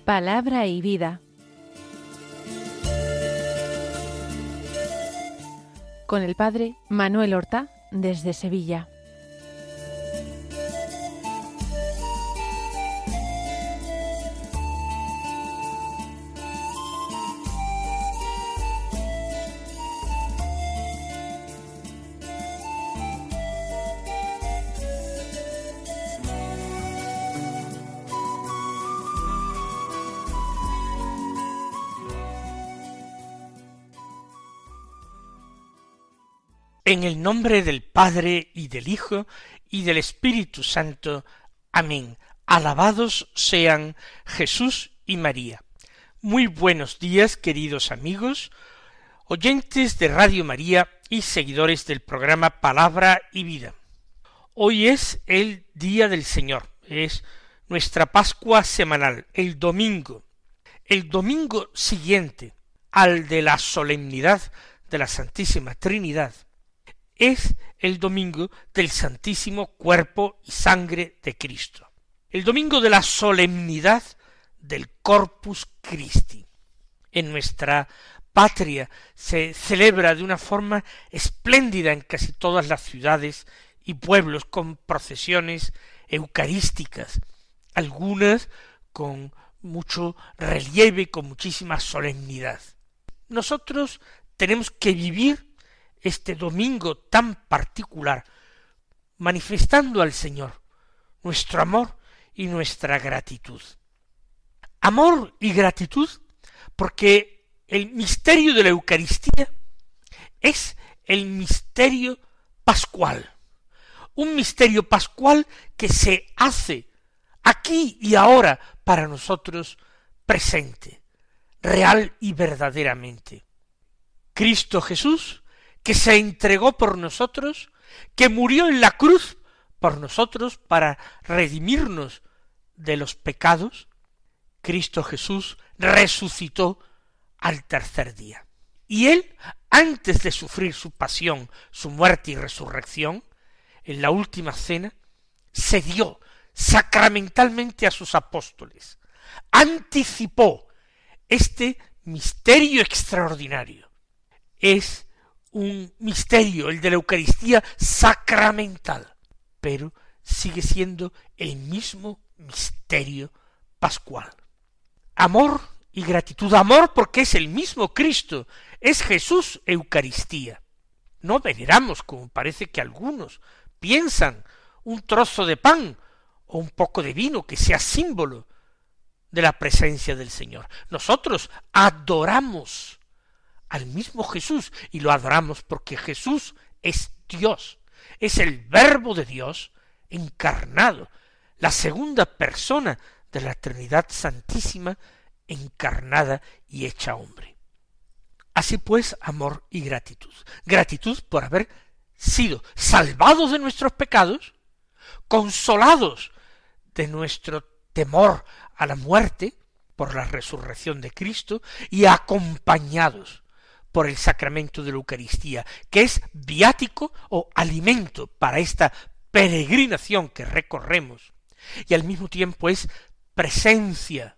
Palabra y vida. Con el padre Manuel Horta, desde Sevilla. En el nombre del Padre, y del Hijo, y del Espíritu Santo. Amén. Alabados sean Jesús y María. Muy buenos días, queridos amigos, oyentes de Radio María y seguidores del programa Palabra y Vida. Hoy es el Día del Señor, es nuestra Pascua semanal, el domingo siguiente al de la solemnidad de la Santísima Trinidad. Es el domingo del Santísimo Cuerpo y Sangre de Cristo, el domingo de la solemnidad del Corpus Christi. En nuestra patria se celebra de una forma espléndida en casi todas las ciudades y pueblos, con procesiones eucarísticas, algunas con mucho relieve, con muchísima solemnidad. Nosotros tenemos que vivir este domingo tan particular, manifestando al Señor nuestro amor y nuestra gratitud. Amor y gratitud porque el misterio de la Eucaristía es el misterio pascual, un misterio pascual que se hace aquí y ahora para nosotros presente, real y verdaderamente. Cristo Jesús, que se entregó por nosotros, que murió en la cruz por nosotros para redimirnos de los pecados, Cristo Jesús resucitó al tercer día. Y Él, antes de sufrir su pasión, su muerte y resurrección, en la última cena, se dio sacramentalmente a sus apóstoles, anticipó este misterio extraordinario. Es un misterio, el de la Eucaristía sacramental, pero sigue siendo el mismo misterio pascual. Amor y gratitud. Amor porque es el mismo Cristo, es Jesús Eucaristía. No veneramos, como parece que algunos piensan, un trozo de pan o un poco de vino que sea símbolo de la presencia del Señor. Nosotros adoramos al mismo Jesús, y lo adoramos porque Jesús es Dios, es el Verbo de Dios encarnado, la segunda persona de la Trinidad Santísima encarnada y hecha hombre. Así pues, amor y gratitud. Gratitud por haber sido salvados de nuestros pecados, consolados de nuestro temor a la muerte por la resurrección de Cristo y acompañados por el sacramento de la Eucaristía, que es viático o alimento para esta peregrinación que recorremos, y al mismo tiempo es presencia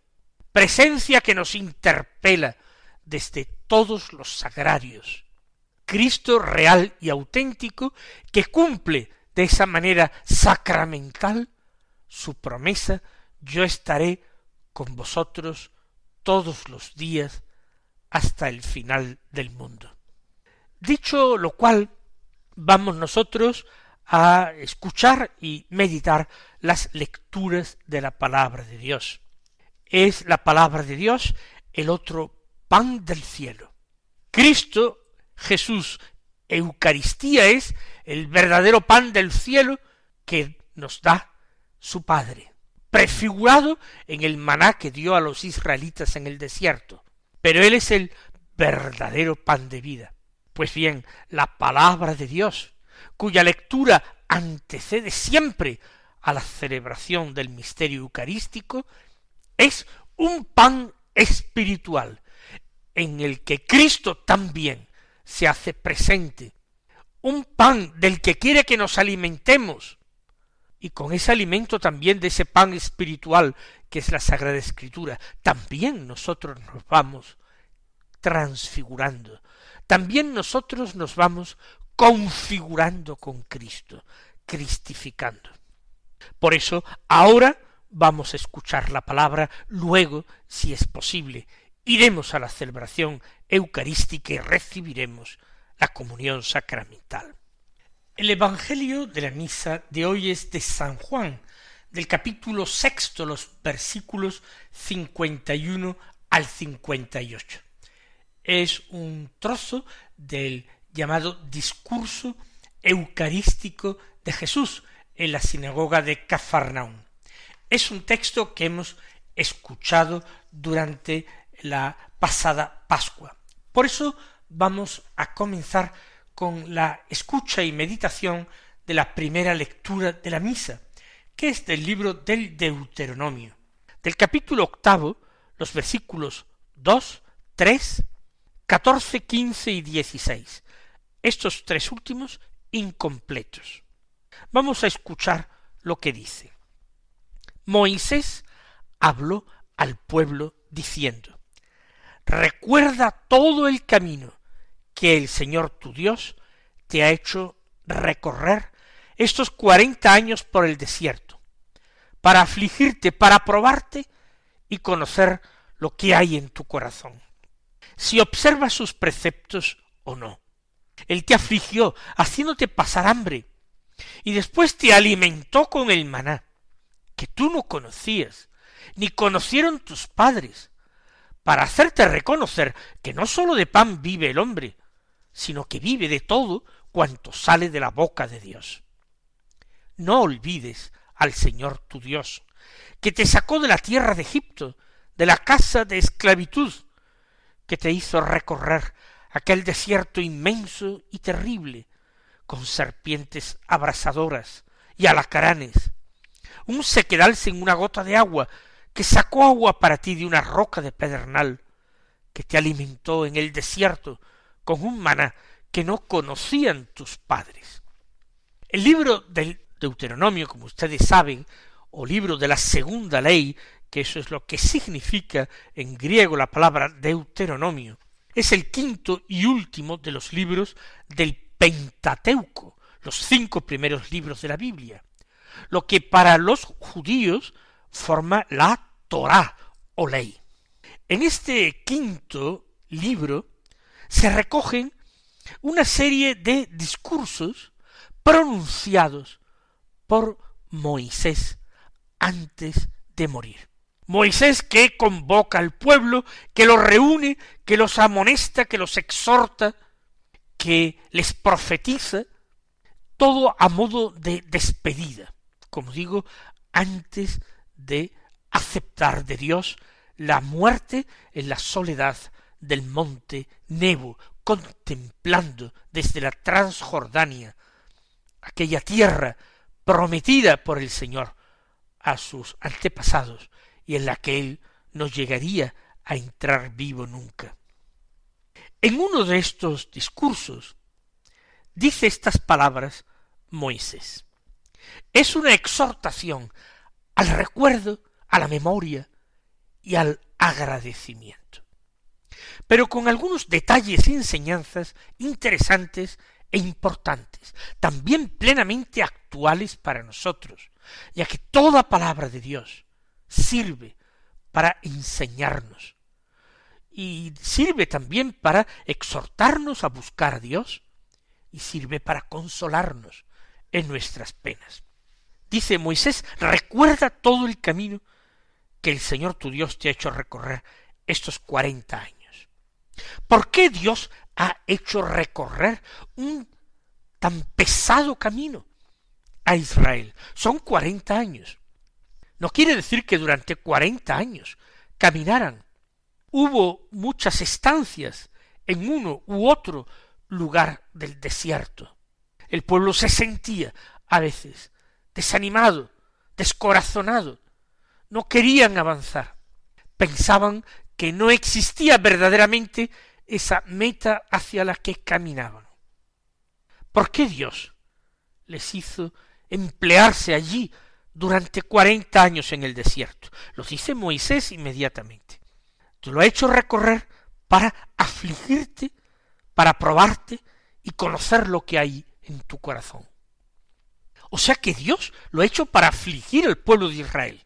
que nos interpela desde todos los sagrarios. Cristo real y auténtico que cumple de esa manera sacramental su promesa: yo estaré con vosotros todos los días hasta el final del mundo. Dicho lo cual, vamos nosotros a escuchar y meditar las lecturas de la palabra de Dios. Es la palabra de Dios el otro pan del cielo. Cristo Jesús Eucaristía es el verdadero pan del cielo que nos da su Padre, prefigurado en el maná que dio a los israelitas en el desierto. Pero Él es el verdadero pan de vida. Pues bien, la palabra de Dios, cuya lectura antecede siempre a la celebración del misterio eucarístico, es un pan espiritual, en el que Cristo también se hace presente, un pan del que quiere que nos alimentemos y con ese alimento también de ese pan espiritual que es la Sagrada Escritura, también nosotros nos vamos transfigurando, también nosotros nos vamos configurando con Cristo, cristificando. Por eso ahora vamos a escuchar la palabra, luego, si es posible, iremos a la celebración eucarística y recibiremos la comunión sacramental. El Evangelio de la misa de hoy es de San Juan, del capítulo 6, los versículos 51 al 58. Es un trozo del llamado discurso eucarístico de Jesús en la sinagoga de Cafarnaún. Es un texto que hemos escuchado durante la pasada Pascua. Por eso vamos a comenzar con la escucha y meditación de la primera lectura de la misa, que es del libro del Deuteronomio, del capítulo 8, los versículos 2, 3, 14, 15 y 16, estos tres últimos incompletos. Vamos a escuchar lo que dice. Moisés habló al pueblo diciendo: recuerda todo el camino que el Señor tu Dios te ha hecho recorrer estos 40 años por el desierto, para afligirte, para probarte y conocer lo que hay en tu corazón, si observas sus preceptos o no. Él te afligió, haciéndote pasar hambre, y después te alimentó con el maná, que tú no conocías, ni conocieron tus padres, para hacerte reconocer que no sólo de pan vive el hombre, sino que vive de todo cuanto sale de la boca de Dios. No olvides al Señor tu Dios, que te sacó de la tierra de Egipto, de la casa de esclavitud, que te hizo recorrer aquel desierto inmenso y terrible, con serpientes abrasadoras y alacranes, un sequedal sin una gota de agua, que sacó agua para ti de una roca de pedernal, que te alimentó en el desierto con un maná que no conocían tus padres. El libro del Deuteronomio, como ustedes saben, o libro de la segunda ley, que eso es lo que significa en griego la palabra Deuteronomio, es el quinto y último de los libros del Pentateuco, los 5 primeros libros de la Biblia, lo que para los judíos forma la Torá o ley. En este quinto libro se recogen una serie de discursos pronunciados por Moisés antes de morir. Moisés que convoca al pueblo, que los reúne, que los amonesta, que los exhorta, que les profetiza, todo a modo de despedida, como digo, antes de aceptar de Dios la muerte en la soledad del monte Nebo, contemplando desde la Transjordania aquella tierra prometida por el Señor a sus antepasados y en la que él no llegaría a entrar vivo nunca. En uno de estos discursos dice estas palabras Moisés. Es una exhortación al recuerdo, a la memoria y al agradecimiento, pero con algunos detalles y enseñanzas interesantes e importantes, también plenamente actuales para nosotros, ya que toda palabra de Dios sirve para enseñarnos y sirve también para exhortarnos a buscar a Dios y sirve para consolarnos en nuestras penas. Dice Moisés, recuerda todo el camino que el Señor tu Dios te ha hecho recorrer estos 40 años. ¿Por qué Dios ha hecho recorrer un tan pesado camino a Israel? Son 40 años. No quiere decir que durante 40 años caminaran. Hubo muchas estancias en uno u otro lugar del desierto. El pueblo se sentía a veces desanimado, descorazonado. No querían avanzar. Pensaban que no existía verdaderamente esa meta hacia la que caminaban. ¿Por qué Dios les hizo emplearse allí durante 40 años en el desierto. Lo dice Moisés inmediatamente. Te lo ha hecho recorrer para afligirte, para probarte y conocer lo que hay en tu corazón. O sea que Dios lo ha hecho para afligir al pueblo de Israel.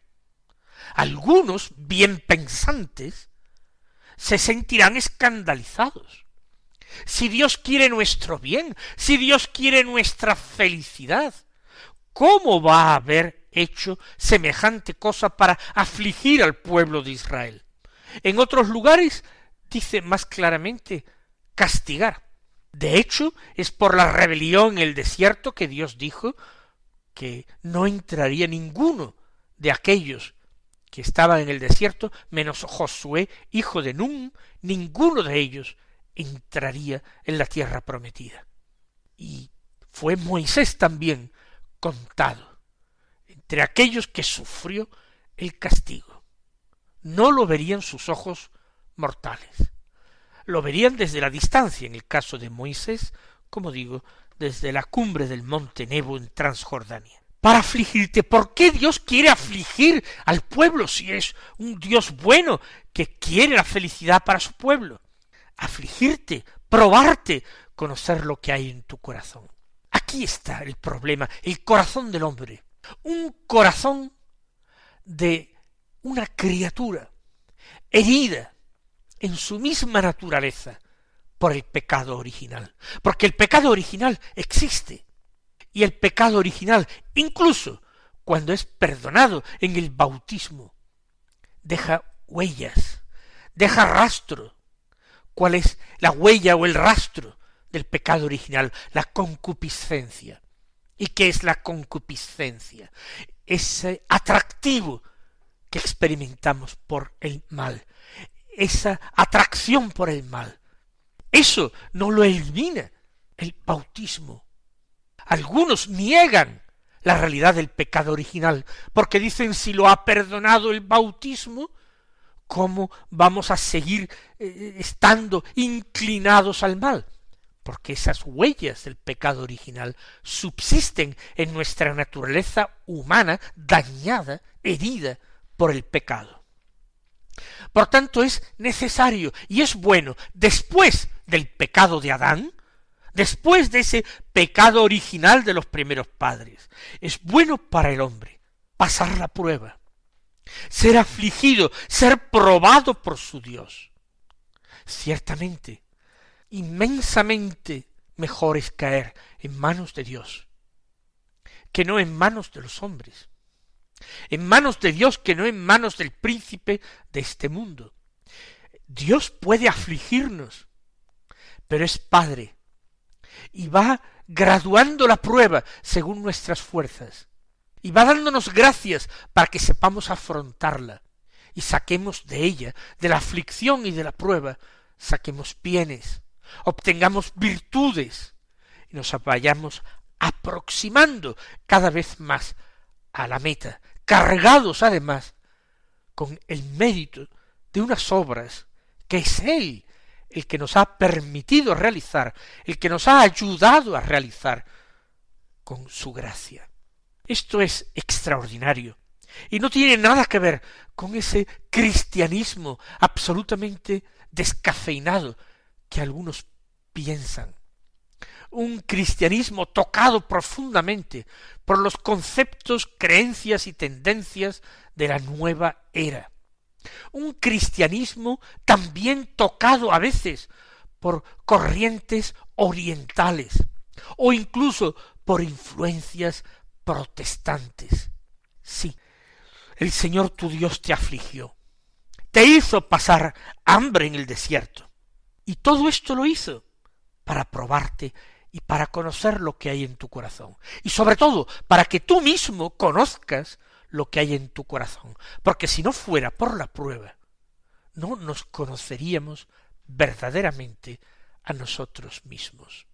Algunos bien pensantes se sentirán escandalizados. Si Dios quiere nuestro bien, si Dios quiere nuestra felicidad, ¿cómo va a haber hecho semejante cosa para afligir al pueblo de Israel? En otros lugares dice más claramente castigar. De hecho, es por la rebelión en el desierto que Dios dijo que no entraría ninguno de aquellos que estaban en el desierto, menos Josué, hijo de Nun, ninguno de ellos entraría en la tierra prometida. Y fue Moisés también contado entre aquellos que sufrió el castigo. No lo verían sus ojos mortales. Lo verían desde la distancia, en el caso de Moisés, como digo, desde la cumbre del monte Nebo en Transjordania. Para afligirte. ¿Por qué Dios quiere afligir al pueblo si es un Dios bueno que quiere la felicidad para su pueblo? Afligirte, probarte, conocer lo que hay en tu corazón. Aquí está el problema, el corazón del hombre. Un corazón de una criatura herida en su misma naturaleza por el pecado original. Porque el pecado original existe. Y el pecado original, incluso cuando es perdonado en el bautismo, deja huellas, deja rastro. ¿Cuál es la huella o el rastro del pecado original? La concupiscencia. ¿Y qué es la concupiscencia? Ese atractivo que experimentamos por el mal, esa atracción por el mal. Eso no lo elimina el bautismo. Algunos niegan la realidad del pecado original, porque dicen si lo ha perdonado el bautismo, ¿cómo vamos a seguir estando inclinados al mal? Porque esas huellas del pecado original subsisten en nuestra naturaleza humana dañada, herida por el pecado. Por tanto, es necesario y es bueno, después del pecado de Adán, después de ese pecado original de los primeros padres, es bueno para el hombre pasar la prueba, ser afligido, ser probado por su Dios. Ciertamente, inmensamente mejor es caer en manos de Dios que no en manos de los hombres, en manos de Dios que no en manos del príncipe de este mundo. Dios puede afligirnos, pero es Padre, y va graduando la prueba según nuestras fuerzas, y va dándonos gracias para que sepamos afrontarla, y saquemos de ella, de la aflicción y de la prueba, saquemos bienes, obtengamos virtudes, y nos vayamos aproximando cada vez más a la meta, cargados además con el mérito de unas obras que es Él el que nos ha permitido realizar, el que nos ha ayudado a realizar con su gracia. Esto es extraordinario y no tiene nada que ver con ese cristianismo absolutamente descafeinado que algunos piensan. Un cristianismo tocado profundamente por los conceptos, creencias y tendencias de la nueva era. Un cristianismo también tocado a veces por corrientes orientales o incluso por influencias protestantes. Sí, el Señor tu Dios te afligió, te hizo pasar hambre en el desierto, y todo esto lo hizo para probarte y para conocer lo que hay en tu corazón, y sobre todo para que tú mismo conozcas lo que hay en tu corazón, porque si no fuera por la prueba, no nos conoceríamos verdaderamente a nosotros mismos.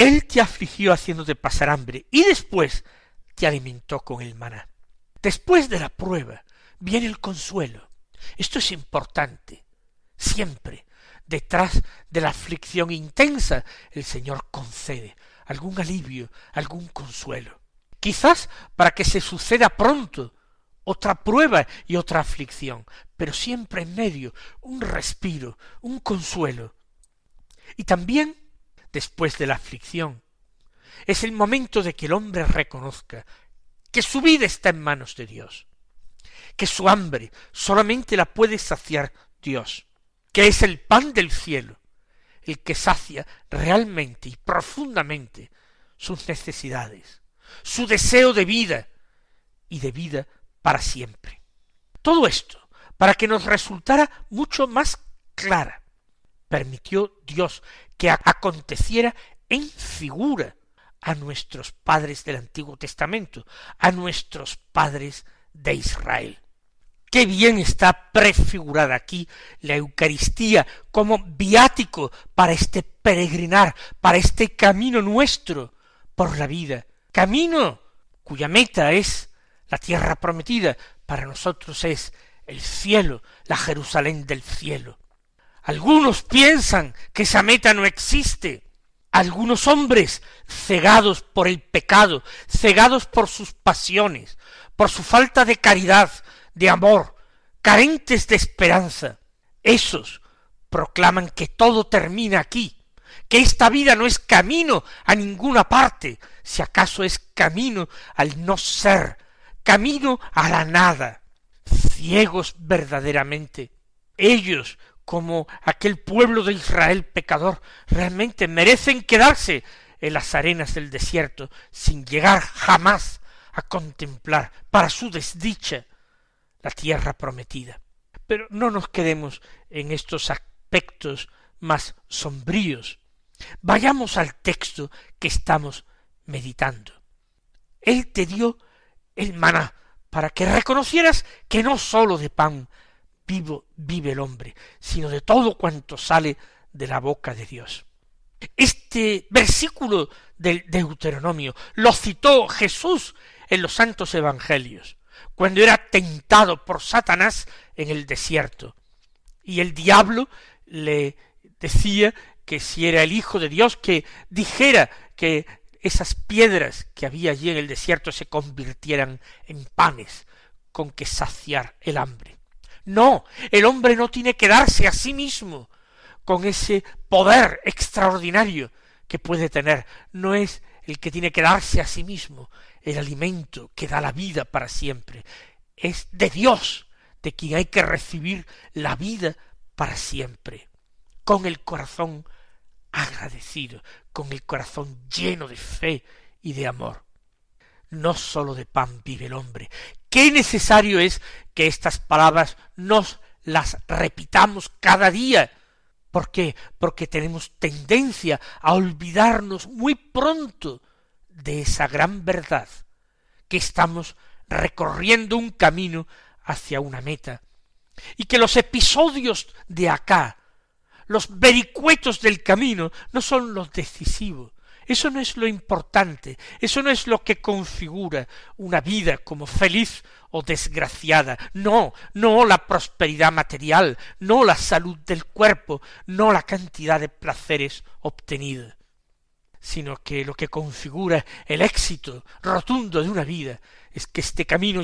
Él te afligió haciéndote pasar hambre y después te alimentó con el maná. Después de la prueba viene el consuelo. Esto es importante. Siempre, detrás de la aflicción intensa, el Señor concede algún alivio, algún consuelo. Quizás para que se suceda pronto otra prueba y otra aflicción, pero siempre en medio un respiro, un consuelo. Y también, después de la aflicción, es el momento de que el hombre reconozca que su vida está en manos de Dios, que su hambre solamente la puede saciar Dios, que es el pan del cielo, el que sacia realmente y profundamente sus necesidades, su deseo de vida y de vida para siempre. Todo esto, para que nos resultara mucho más clara, permitió Dios que aconteciera en figura a nuestros padres del Antiguo Testamento, a nuestros padres de Israel. Qué bien está prefigurada aquí la Eucaristía como viático para este peregrinar, para este camino nuestro por la vida, camino cuya meta es la tierra prometida, para nosotros es el cielo, la Jerusalén del cielo. Algunos piensan que esa meta no existe. Algunos hombres, cegados por el pecado, cegados por sus pasiones, por su falta de caridad, de amor, carentes de esperanza, esos proclaman que todo termina aquí, que esta vida no es camino a ninguna parte, si acaso es camino al no ser, camino a la nada. Ciegos verdaderamente, ellos, como aquel pueblo de Israel pecador, realmente merecen quedarse en las arenas del desierto sin llegar jamás a contemplar, para su desdicha, la tierra prometida. Pero no nos quedemos en estos aspectos más sombríos. Vayamos al texto que estamos meditando. Él te dio el maná para que reconocieras que no sólo de pan vive el hombre, sino de todo cuanto sale de la boca de Dios. Este versículo del Deuteronomio lo citó Jesús en los santos evangelios, cuando era tentado por Satanás en el desierto, y el diablo le decía que si era el Hijo de Dios, que dijera que esas piedras que había allí en el desierto se convirtieran en panes con que saciar el hambre. No, el hombre no tiene que darse a sí mismo con ese poder extraordinario que puede tener. No es el que tiene que darse a sí mismo el alimento que da la vida para siempre. Es de Dios de quien hay que recibir la vida para siempre, con el corazón agradecido, con el corazón lleno de fe y de amor. No sólo de pan vive el hombre. Qué necesario es que estas palabras nos las repitamos cada día. ¿Por qué? Porque tenemos tendencia a olvidarnos muy pronto de esa gran verdad, que estamos recorriendo un camino hacia una meta, y que los episodios de acá, los vericuetos del camino, no son los decisivos. Eso no es lo importante, eso no es lo que configura una vida como feliz o desgraciada. No, no la prosperidad material, no la salud del cuerpo, no la cantidad de placeres obtenidos, sino que lo que configura el éxito rotundo de una vida es que este camino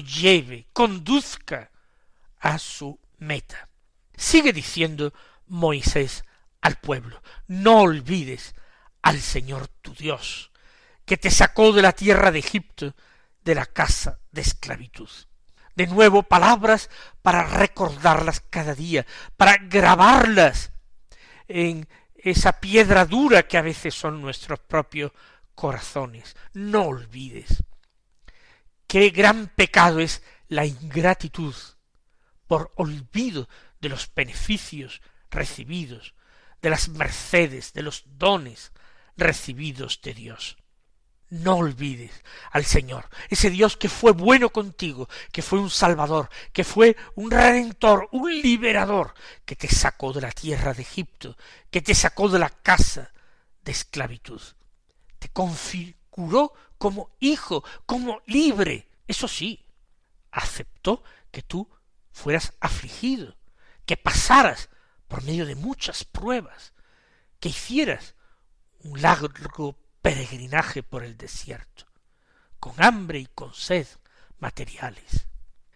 conduzca a su meta. Sigue diciendo Moisés al pueblo: no olvides al Señor tu Dios, que te sacó de la tierra de Egipto, de la casa de esclavitud. De nuevo, palabras para recordarlas cada día, para grabarlas en esa piedra dura que a veces son nuestros propios corazones. No olvides. Qué gran pecado es la ingratitud por olvido de los beneficios recibidos, de las mercedes, de los dones recibidos de Dios. No olvides al Señor, ese Dios que fue bueno contigo, que fue un Salvador, que fue un Redentor, un Liberador, que te sacó de la tierra de Egipto, que te sacó de la casa de esclavitud. te configuró como hijo, como libre. Eso sí, aceptó que tú fueras afligido, que pasaras por medio de muchas pruebas, que hicieras un largo peregrinaje por el desierto, con hambre y con sed materiales.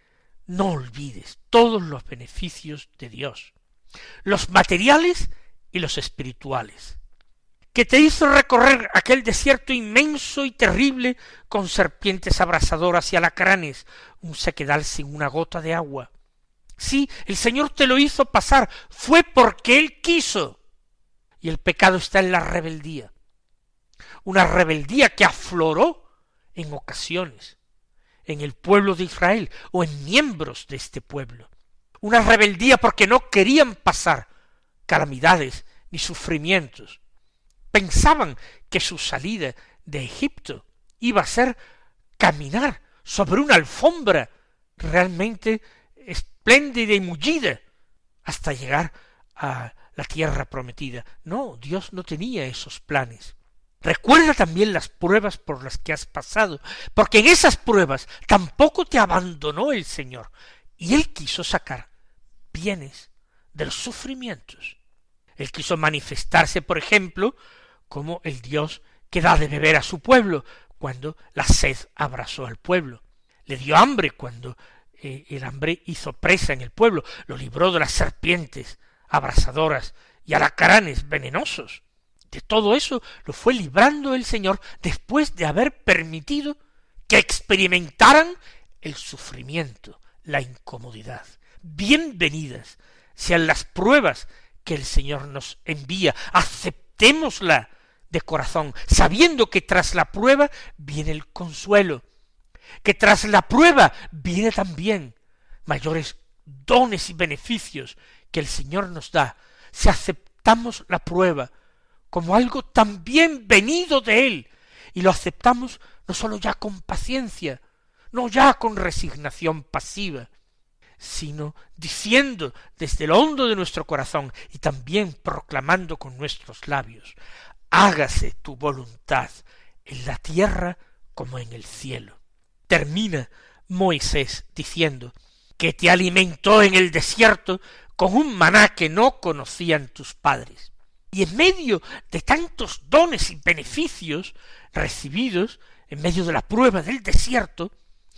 No olvides todos los beneficios de Dios, los materiales y los espirituales, que te hizo recorrer aquel desierto inmenso y terrible con serpientes abrasadoras y alacranes, un sequedal sin una gota de agua. Sí, el Señor te lo hizo pasar, fue porque Él quiso. Y el pecado está en la rebeldía, una rebeldía que afloró en ocasiones en el pueblo de Israel o en miembros de este pueblo. Una rebeldía porque no querían pasar calamidades ni sufrimientos. Pensaban que su salida de Egipto iba a ser caminar sobre una alfombra realmente espléndida y mullida hasta llegar a la tierra prometida. No, Dios no tenía esos planes. Recuerda también las pruebas por las que has pasado, porque en esas pruebas tampoco te abandonó el Señor, y Él quiso sacar bienes de los sufrimientos. Él quiso manifestarse, por ejemplo, como el Dios que da de beber a su pueblo, cuando la sed abrazó al pueblo. Le dio hambre cuando el hambre hizo presa en el pueblo, lo libró de las serpientes abrasadoras y alacranes venenosos. De todo eso lo fue librando el Señor después de haber permitido que experimentaran el sufrimiento, la incomodidad. Bienvenidas sean las pruebas que el Señor nos envía. Aceptémosla de corazón, sabiendo que tras la prueba viene el consuelo, que tras la prueba viene también mayores dones y beneficios que el Señor nos da, si aceptamos la prueba como algo también venido de Él, y lo aceptamos no sólo ya con paciencia, no ya con resignación pasiva, sino diciendo desde lo hondo de nuestro corazón y también proclamando con nuestros labios: hágase tu voluntad en la tierra como en el cielo. Termina Moisés diciendo que te alimentó en el desierto con un maná que no conocían tus padres. Y en medio de tantos dones y beneficios recibidos, en medio de la prueba del desierto,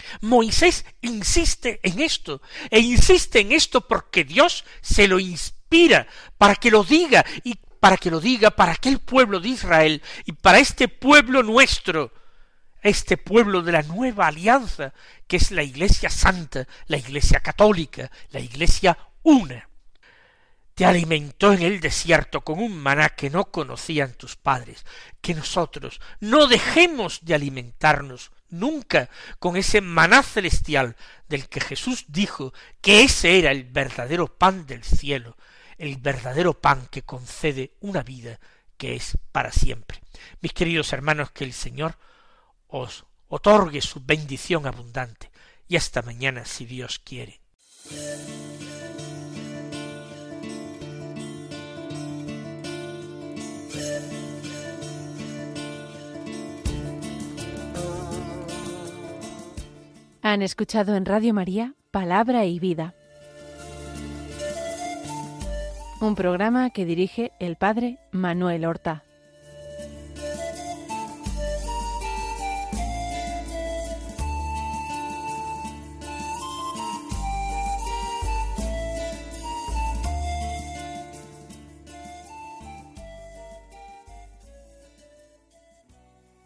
Moisés insiste en esto, e insiste en esto porque Dios se lo inspira para que lo diga, y para que lo diga para aquel pueblo de Israel y para este pueblo nuestro, este pueblo de la nueva alianza, que es la Iglesia Santa, la Iglesia Católica, la Iglesia una. Te alimentó en el desierto con un maná que no conocían tus padres. Que nosotros no dejemos de alimentarnos nunca con ese maná celestial del que Jesús dijo que ese era el verdadero pan del cielo, el verdadero pan que concede una vida que es para siempre. Mis queridos hermanos, que el Señor os otorgue su bendición abundante, y hasta mañana si Dios quiere. Han escuchado en Radio María Palabra y Vida, un programa que dirige el Padre Manuel Horta.